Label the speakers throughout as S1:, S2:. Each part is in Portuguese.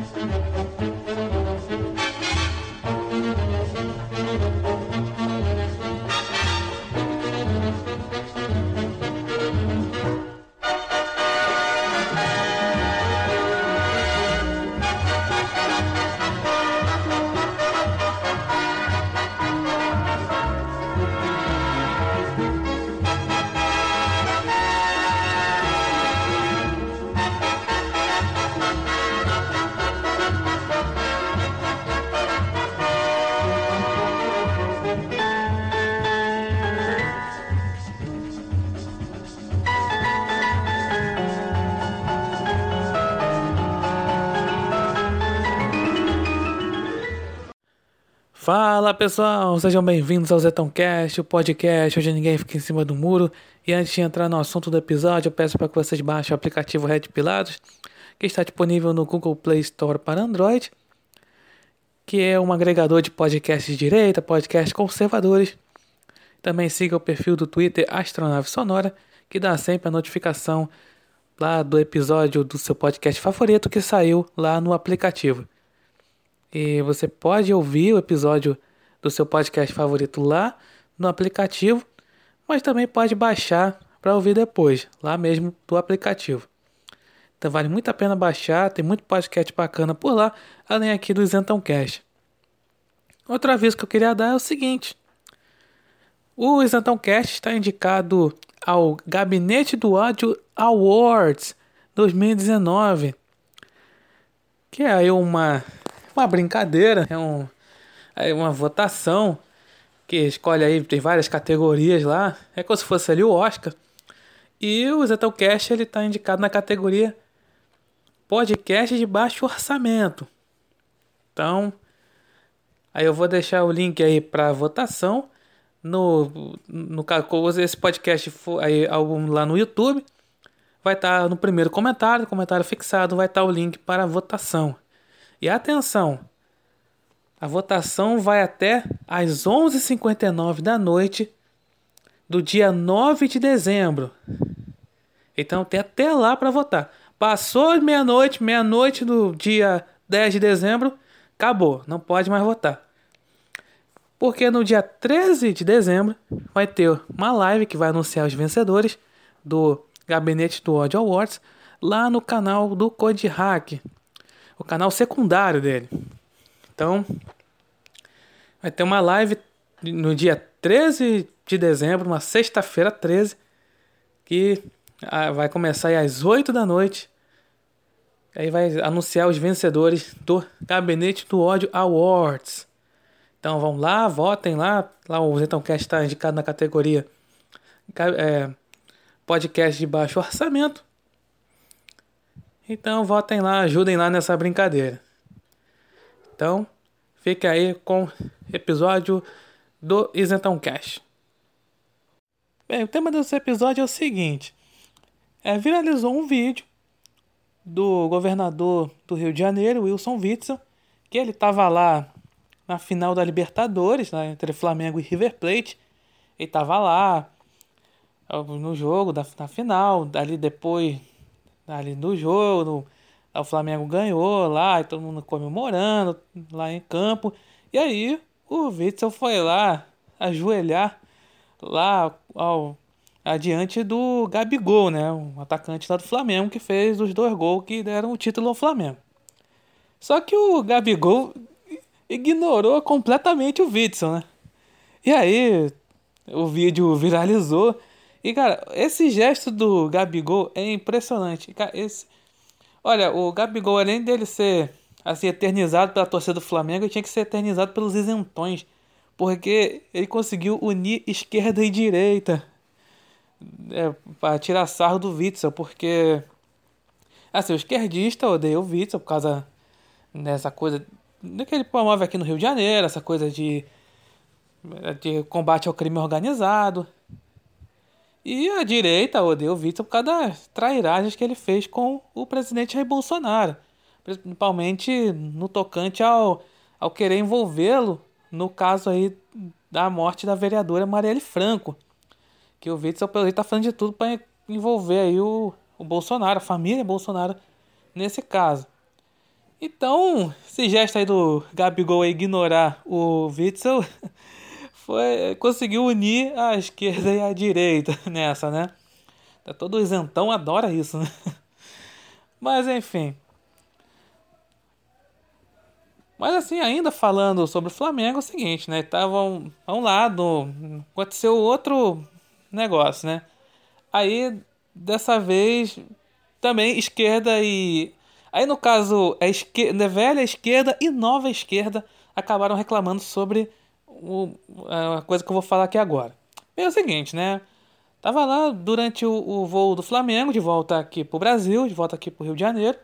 S1: Fala pessoal, sejam bem-vindos ao ZetãoCast, o podcast onde ninguém fica em cima do muro. E antes de entrar no assunto do episódio, eu peço para que vocês baixem o aplicativo Red Pilados, que está disponível no Google Play Store para Android, que é um agregador de podcasts de direita, podcasts conservadores. Também siga o perfil do Twitter Astronave Sonora, que dá sempre a notificação lá do episódio do seu podcast favorito que saiu lá no aplicativo. E você pode ouvir o episódio do seu podcast favorito lá no aplicativo, mas também pode baixar para ouvir depois, lá mesmo do aplicativo. Então vale muito a pena baixar, tem muito podcast bacana por lá, além aqui do ZetãoCast. Outro aviso que eu queria dar é o seguinte: o ZetãoCast está indicado ao Gabinete do Ódio Awards 2019, que é aí uma brincadeira, é uma votação que escolhe aí, tem várias categorias lá, é como se fosse ali o Oscar. E o ZetãoCast ele está indicado na categoria podcast de baixo orçamento. Então, aí eu vou deixar o link aí para votação no caso esse podcast for aí algum lá no YouTube, vai estar no primeiro comentário fixado, vai estar o link para a votação. E atenção, a votação vai até às 11h59 da noite do dia 9 de dezembro. Então tem até lá para votar. Passou meia-noite do dia 10 de dezembro, acabou, não pode mais votar. Porque no dia 13 de dezembro vai ter uma live que vai anunciar os vencedores do Gabinete do Ódio Awards lá no canal do Code Hack, o canal secundário dele. Então, vai ter uma live no dia 13 de dezembro, uma sexta-feira 13, que vai começar aí às 8 da noite. Aí vai anunciar os vencedores do Gabinete do Ódio Awards. Então vão lá, votem lá. Lá o ZetãoCast está indicado na categoria podcast de baixo orçamento. Então votem lá, ajudem lá nessa brincadeira. Então, fique aí com o episódio do ZetãoCast. Bem, o tema desse episódio é o seguinte: viralizou um vídeo do governador do Rio de Janeiro, Wilson Witzel, que ele estava lá na final da Libertadores, né, entre Flamengo e River Plate. Ele estava lá no jogo na final, ali depois ali do jogo, o Flamengo ganhou lá, e todo mundo comemorando lá em campo. E aí o Witzel foi lá ajoelhar lá adiante do Gabigol, né, um atacante lá do Flamengo que fez os 2 gols que deram o título ao Flamengo. Só que o Gabigol ignorou completamente o Witzel, né? E aí o vídeo viralizou. E, cara, esse gesto do Gabigol é impressionante. Cara, olha, o Gabigol, além dele ser assim, eternizado pela torcida do Flamengo, ele tinha que ser eternizado pelos isentões. Porque ele conseguiu unir esquerda e direita para tirar sarro do Witzel. Porque, assim, o esquerdista odeia o Witzel por causa dessa coisa que ele promove aqui no Rio de Janeiro, essa coisa de combate ao crime organizado. E a direita odeia o Witzel por causa das trairagens que ele fez com o presidente Jair Bolsonaro. Principalmente no tocante ao querer envolvê-lo no caso aí da morte da vereadora Marielle Franco. Que o Witzel, pelo jeito, tá falando de tudo para envolver aí o Bolsonaro, a família Bolsonaro, nesse caso. Então, esse gesto aí do Gabigol aí ignorar o Witzel conseguiu unir a esquerda e a direita nessa, né? Todo isentão adora isso, né? Mas enfim. Mas assim, ainda falando sobre o Flamengo, é o seguinte, né? Estavam a um lado, aconteceu outro negócio, né? Aí, dessa vez, também esquerda e. Aí, no caso, a esquerda, velha esquerda e nova esquerda acabaram reclamando sobre a coisa que eu vou falar aqui agora. É o seguinte, né? Tava lá durante o voo do Flamengo, de volta aqui pro Brasil, de volta aqui pro Rio de Janeiro.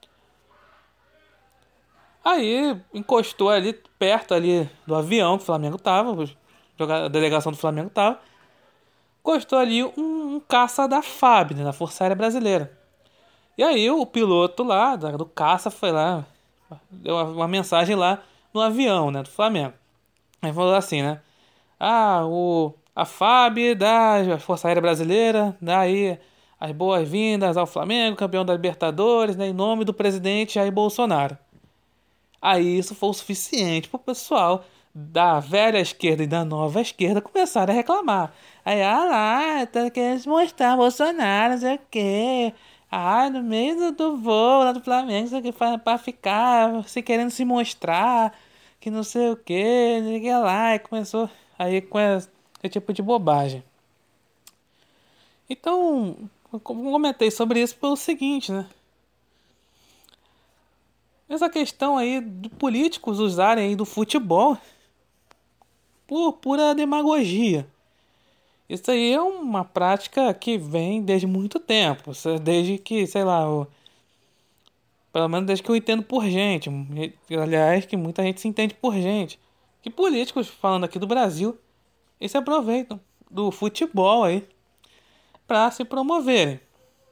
S1: Aí encostou ali perto ali do avião que o Flamengo tava, a delegação do Flamengo tava. Encostou ali um caça da FAB, né, da Força Aérea Brasileira. E aí o piloto lá do caça foi lá, deu uma mensagem lá no avião, né, do Flamengo. Aí falou assim, né? Ah, a FAB da Força Aérea Brasileira dá aí as boas-vindas ao Flamengo, campeão da Libertadores, né, em nome do presidente Jair Bolsonaro. Aí isso foi o suficiente pro pessoal da velha esquerda e da nova esquerda começarem a reclamar. Aí, lá, tá querendo mostrar Bolsonaro, não sei o quê. Ah, no meio do voo lá do Flamengo, isso aqui pra ficar se querendo se mostrar, que não sei o quê, não sei o que lá. E começou aí com esse tipo de bobagem. Então, como eu comentei sobre isso pelo seguinte, né? Essa questão aí de políticos usarem aí do futebol por pura demagogia. Isso aí é uma prática que vem desde muito tempo, desde que, sei lá, pelo menos desde que eu entendo por gente, aliás, que muita gente se entende por gente, que políticos, falando aqui do Brasil, eles se aproveitam do futebol aí para se promoverem.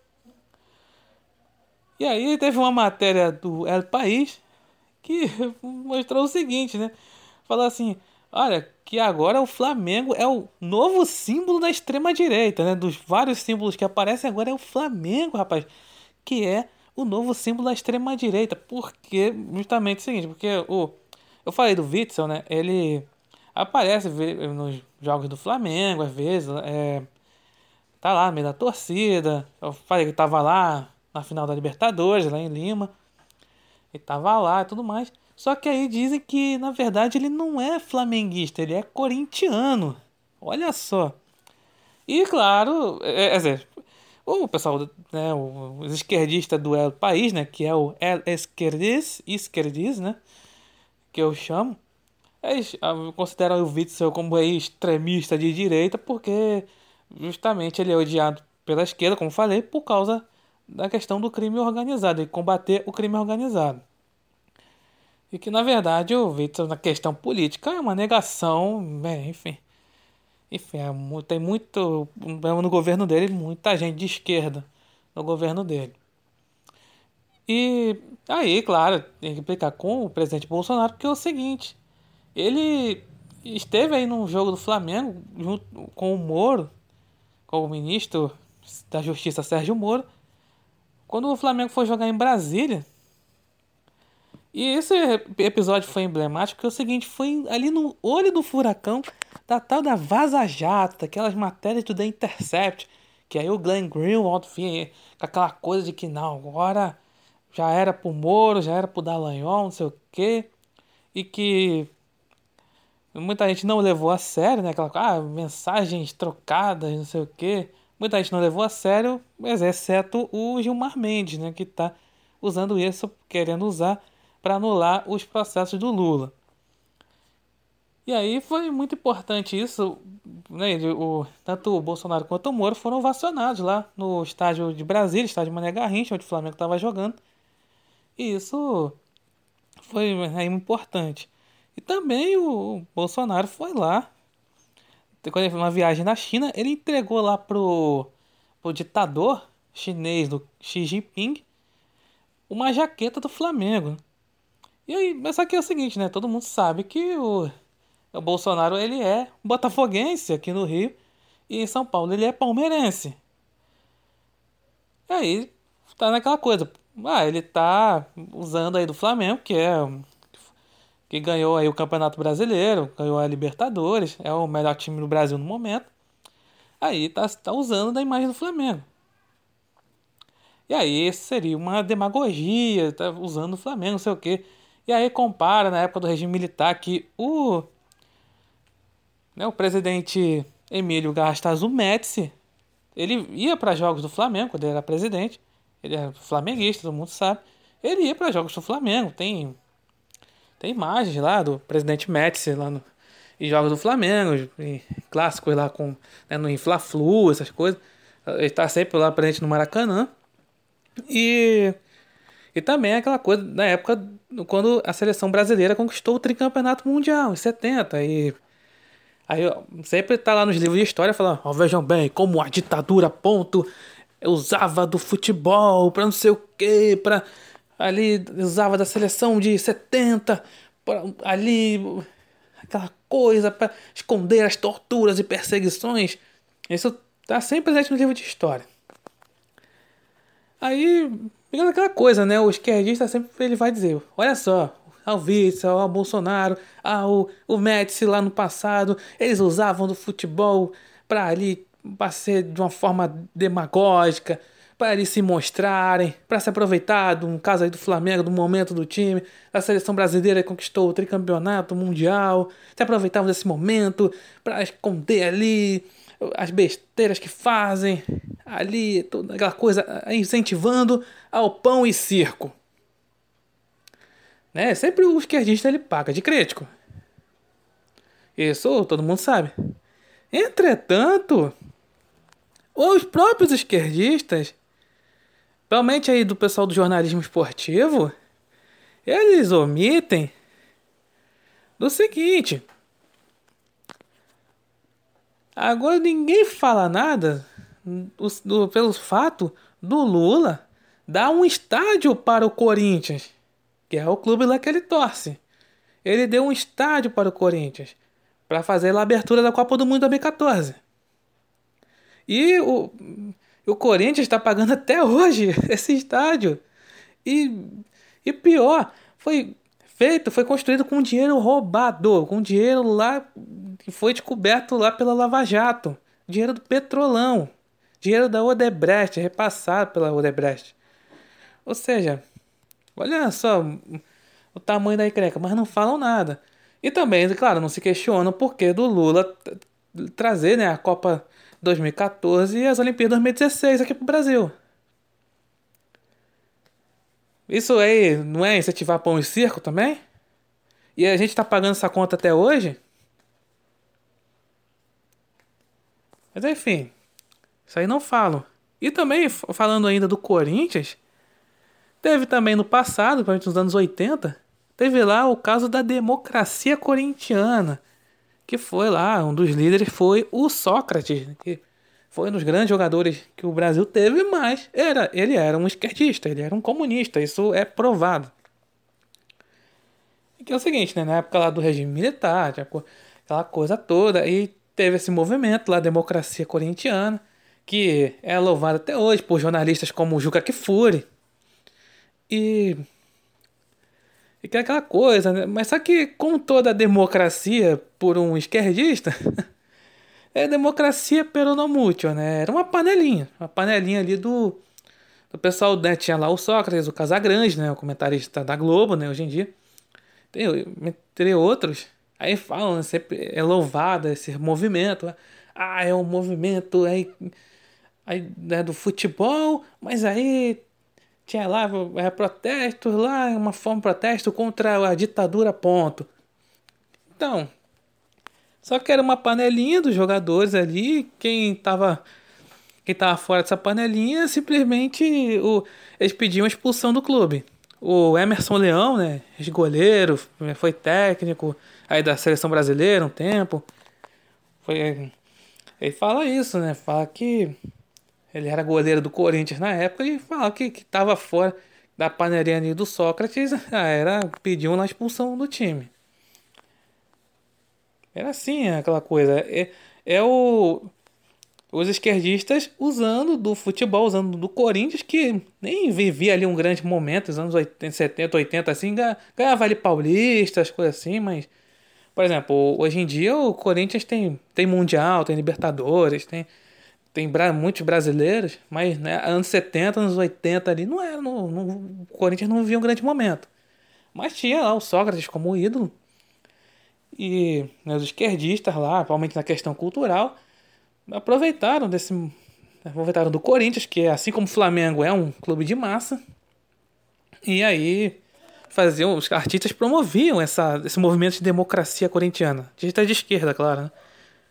S1: E aí teve uma matéria do El País que mostrou o seguinte, né? Falou assim: olha, que agora o Flamengo é o novo símbolo da extrema-direita, né? Dos vários símbolos que aparecem agora é o Flamengo, rapaz, que é o novo símbolo da extrema-direita. Porque, justamente o seguinte, porque eu falei do Witzel, né? Ele aparece nos jogos do Flamengo, às vezes, tá lá no meio da torcida. Eu falei que tava lá na final da Libertadores, lá em Lima. Ele tava lá e tudo mais. Só que aí dizem que, na verdade, ele não é flamenguista, ele é corintiano. Olha só. E, claro, o pessoal, né, os esquerdistas do El País, né, que é o El Esquerdis, né, que eu chamo, eles consideram o Witzel como aí extremista de direita porque justamente ele é odiado pela esquerda, como falei, por causa da questão do crime organizado e combater o crime organizado. E que, na verdade, o Witzel, na questão política, é uma negação, enfim. Enfim, tem muito. No governo dele, muita gente de esquerda no governo dele. E aí, claro, tem que implicar com o presidente Bolsonaro, porque é o seguinte: ele esteve aí num jogo do Flamengo, junto com o Moro, com o ministro da Justiça Sérgio Moro, quando o Flamengo foi jogar em Brasília. E esse episódio foi emblemático porque é o seguinte, foi ali no olho do furacão da tal da Vaza Jato, daquelas matérias do The Intercept, que aí o Glenn Greenwald vinha com aquela coisa de que não, agora já era pro Moro, já era pro Dallagnol, não sei o quê, e que muita gente não levou a sério, né? Aquela mensagens trocadas, não sei o quê. Muita gente não levou a sério, mas exceto o Gilmar Mendes, né? Que tá usando isso, querendo usar para anular os processos do Lula. E aí foi muito importante isso, né? Tanto o Bolsonaro quanto o Moro foram ovacionados lá no estádio de Brasília, estádio Mané Garrincha, onde o Flamengo estava jogando. E isso foi aí importante. E também o Bolsonaro foi lá, quando ele foi uma viagem na China, ele entregou lá pro ditador chinês do Xi Jinping uma jaqueta do Flamengo. E aí, mas só que é o seguinte, né? Todo mundo sabe que o Bolsonaro ele é botafoguense aqui no Rio e em São Paulo ele é palmeirense. E aí tá naquela coisa. Ele tá usando aí do Flamengo, que ganhou aí o Campeonato Brasileiro, ganhou a Libertadores, é o melhor time do Brasil no momento. Aí tá usando da imagem do Flamengo. E aí seria uma demagogia, tá usando o Flamengo, não sei o quê. E aí compara na época do regime militar que o presidente Emílio Garrastazu Médici, ele ia para jogos do Flamengo quando ele era presidente. Ele é flamenguista, todo mundo sabe. Ele ia para jogos do Flamengo. Tem imagens lá do presidente Médici lá no, em jogos do Flamengo, em clássicos lá com, né, no Fla-Flu, essas coisas. Ele tá sempre lá presente no Maracanã. E, e também aquela coisa da época quando a seleção brasileira conquistou o tricampeonato mundial, em 70. Aí ó, sempre tá lá nos livros de história falando, ó, vejam bem, como a ditadura, ponto, usava do futebol pra não sei o quê, pra ali, usava da seleção de 70, pra, ali, aquela coisa pra esconder as torturas e perseguições. Isso tá sempre presente no livro de história. Aí, pegando aquela coisa, né? O esquerdista sempre ele vai dizer: olha só, ao Witzel, ao Bolsonaro, o Médici lá no passado, eles usavam do futebol para ali para ser de uma forma demagógica, para eles se mostrarem, para se aproveitar de um caso aí do Flamengo, do momento do time, a seleção brasileira que conquistou o tricampeonato mundial, se aproveitavam desse momento para esconder ali as besteiras que fazem ali, toda aquela coisa incentivando ao pão e circo. Né? Sempre o esquerdista ele paga de crítico. Isso todo mundo sabe. Entretanto, os próprios esquerdistas, principalmente aí do pessoal do jornalismo esportivo, eles omitem do seguinte: agora ninguém fala nada pelo fato do Lula dar um estádio para o Corinthians, que é o clube lá que ele torce. Ele deu um estádio para o Corinthians para fazer a abertura da Copa do Mundo 2014. E o Corinthians está pagando até hoje esse estádio. E, e pior, foi construído com dinheiro roubado, com dinheiro lá que foi descoberto lá pela Lava Jato, dinheiro do Petrolão, dinheiro da Odebrecht, repassado pela Odebrecht. Ou seja, olha só o tamanho da encrenca, mas não falam nada. E também, claro, não se questiona o porquê do Lula trazer, né, a Copa 2014 e as Olimpíadas 2016 aqui pro Brasil. Isso aí não é incentivar pão e circo também? E a gente tá pagando essa conta até hoje? Mas enfim, isso aí não falam. E também, falando ainda do Corinthians, teve também no passado, nos anos 80, teve lá o caso da democracia corintiana, que foi lá, um dos líderes foi o Sócrates, que foi um dos grandes jogadores que o Brasil teve, mas ele era um esquerdista, ele era um comunista, isso é provado. E que é o seguinte, né, na época lá do regime militar, aquela coisa toda, e teve esse movimento lá, democracia corintiana, que é louvado até hoje por jornalistas como o Juca Kfouri, e que é aquela coisa, né? Mas só que, como toda democracia por um esquerdista, é democracia peronomútil, né? Era uma panelinha ali do pessoal, né? Tinha lá o Sócrates, o Casagrande, né? O comentarista da Globo, né? Hoje em dia, tem, entre outros. Aí falam, né? Sempre é louvado esse movimento. Ah, é um movimento aí né, do futebol, mas aí tinha lá protestos lá, uma forma de protesto contra a ditadura, ponto. Então, só que era uma panelinha dos jogadores ali, quem tava fora dessa panelinha, simplesmente eles pediam a expulsão do clube. O Emerson Leão, né, ex-goleiro, foi técnico aí da seleção brasileira um tempo. Ele fala isso, né? Fala que ele era goleiro do Corinthians na época e fala que tava fora da panelinha ali do Sócrates, pediam a expulsão do time. Era assim aquela coisa. É o os esquerdistas usando do futebol, usando do Corinthians, que nem vivia ali um grande momento, nos anos 80, 70, 80, assim, ganhava ali Paulista, as coisas assim, mas, por exemplo, hoje em dia o Corinthians tem Mundial, tem Libertadores, tem muitos brasileiros, mas né, anos 70, anos 80 ali, não era, o Corinthians não vivia um grande momento. Mas tinha lá o Sócrates como ídolo, e né, os esquerdistas lá, principalmente na questão cultural, aproveitaram do Corinthians, que assim como o Flamengo é um clube de massa, e aí os artistas promoviam esse movimento de democracia corintiana. Artistas de esquerda, claro, né?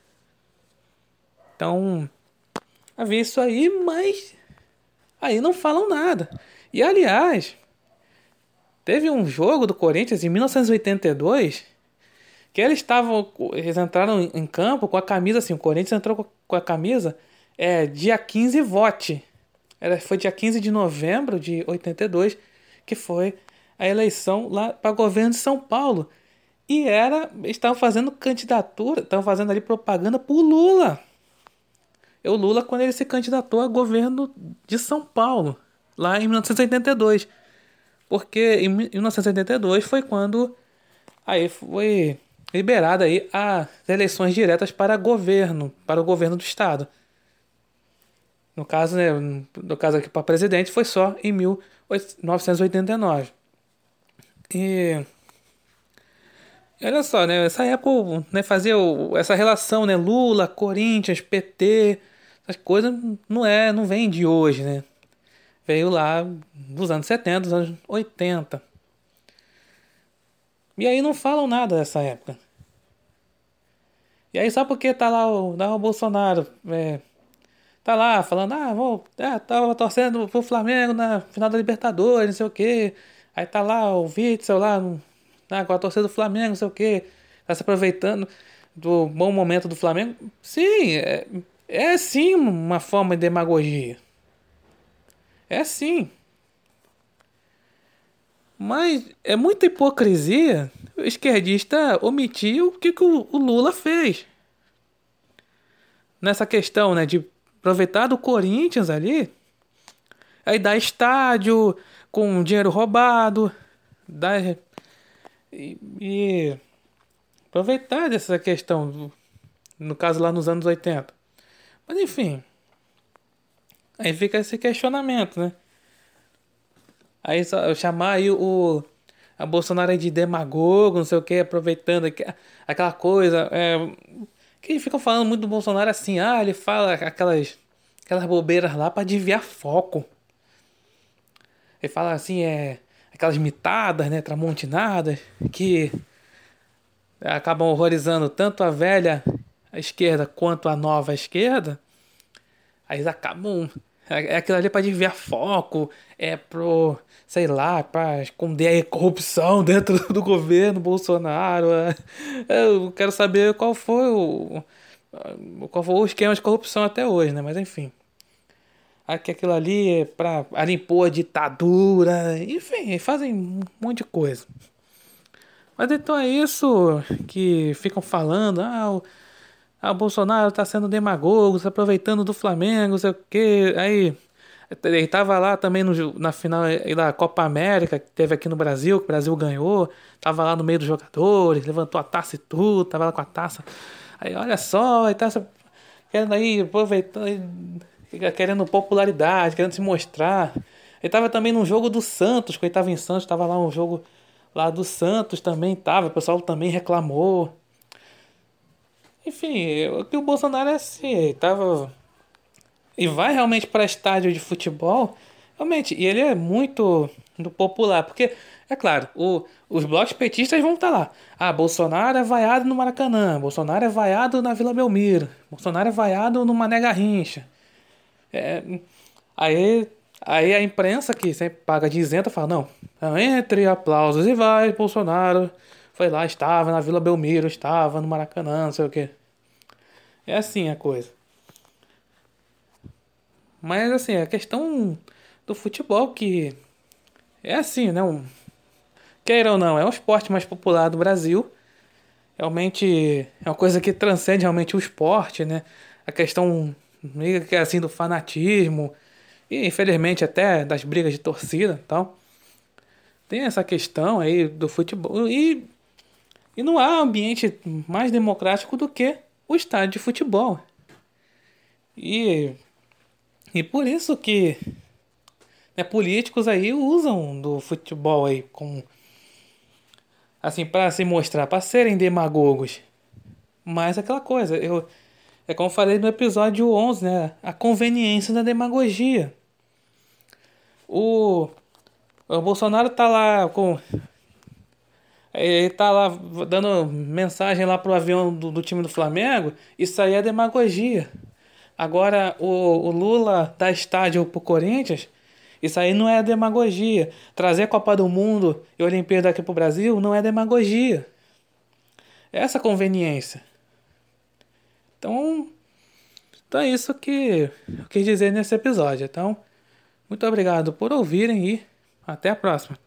S1: Então, havia isso aí, mas aí não falam nada. E aliás, teve um jogo do Corinthians em 1982 que eles entraram em campo com a camisa assim, o Corinthians entrou com a camisa dia 15 vote. Foi dia 15 de novembro de 82 que foi a eleição lá para governo de São Paulo. Estavam fazendo candidatura, estavam fazendo ali propaganda pro Lula. O Lula quando ele se candidatou a governo de São Paulo, lá em 1982. Porque em 1982 foi quando aí foi liberada aí as eleições diretas para o governo do estado. No caso, né, no caso aqui para presidente foi só em 1989. E olha só, né, essa época, né, essa relação, né, Lula, Corinthians, PT, essas coisas não vem de hoje, né? Veio lá dos anos 70, dos anos 80. E aí não falam nada dessa época. E aí só porque tá lá o Bolsonaro, tá lá falando, tava torcendo pro Flamengo na final da Libertadores, não sei o quê. Aí tá lá o Witzel lá, com a torcida do Flamengo, não sei o quê. Tá se aproveitando do bom momento do Flamengo. Sim, é sim uma forma de demagogia. É sim. Mas é muita hipocrisia o esquerdista omitir o que o Lula fez. Nessa questão, né, de aproveitar do Corinthians ali, aí dar estádio com dinheiro roubado, dar, e aproveitar dessa questão, no caso lá nos anos 80. Mas enfim, aí fica esse questionamento, né? Aí chamar aí a Bolsonaro aí de demagogo, não sei o que, aproveitando aquela coisa. Que ficam falando muito do Bolsonaro assim, ele fala aquelas bobeiras lá pra desviar foco. Ele fala assim, aquelas mitadas, né, tramontinadas, que acabam horrorizando tanto a velha esquerda quanto a nova esquerda. Aí eles acabam. É aquilo ali pra desviar foco, sei lá, pra esconder a corrupção dentro do governo Bolsonaro. Eu quero saber qual foi o esquema de corrupção até hoje, né? Mas enfim. Que aquilo ali é pra impor a ditadura, enfim, fazem um monte de coisa. Mas então é isso que ficam falando, o Bolsonaro tá sendo demagogo, se aproveitando do Flamengo, não sei o quê. Aí ele tava lá também na final da Copa América, que teve aqui no Brasil, que o Brasil ganhou. Tava lá no meio dos jogadores, levantou a taça e tudo, tava lá com a taça. Aí olha só, a taça querendo aí, aproveitando, querendo popularidade, querendo se mostrar. Ele tava também num jogo do Santos, quando ele tava em Santos, tava lá um jogo lá do Santos também tava, o pessoal também reclamou. Enfim, o que o Bolsonaro é assim, ele tava e vai realmente para estádio de futebol, realmente, e ele é muito popular, porque, é claro, os blocos petistas vão estar lá. Bolsonaro é vaiado no Maracanã, Bolsonaro é vaiado na Vila Belmiro, Bolsonaro é vaiado no Mané Garrincha. É, aí, aí a imprensa, que sempre paga de isenta, fala, não, entre aplausos e vai, Bolsonaro foi lá, estava na Vila Belmiro, estava no Maracanã, não sei o quê. É assim a coisa. Mas assim, a questão do futebol que é assim, né? Queira ou não, é o esporte mais popular do Brasil. Realmente é uma coisa que transcende realmente o esporte, né? A questão meio que assim do fanatismo e infelizmente até das brigas de torcida e tal. Tem essa questão aí do futebol e não há ambiente mais democrático do que o estádio de futebol. E, e por isso que, né, políticos aí usam do futebol aí como assim para se mostrar, para serem demagogos. Mas aquela coisa, é como eu falei no episódio 11, né? A conveniência da demagogia. O, o Bolsonaro tá lá com. Ele tá lá dando mensagem lá pro avião do time do Flamengo. Isso aí é demagogia. Agora, o Lula dá estádio pro Corinthians. Isso aí não é demagogia. Trazer a Copa do Mundo e a Olimpíada aqui pro Brasil não é demagogia. É essa conveniência. Então, então é isso que eu quis dizer nesse episódio. Então, muito obrigado por ouvirem e até a próxima.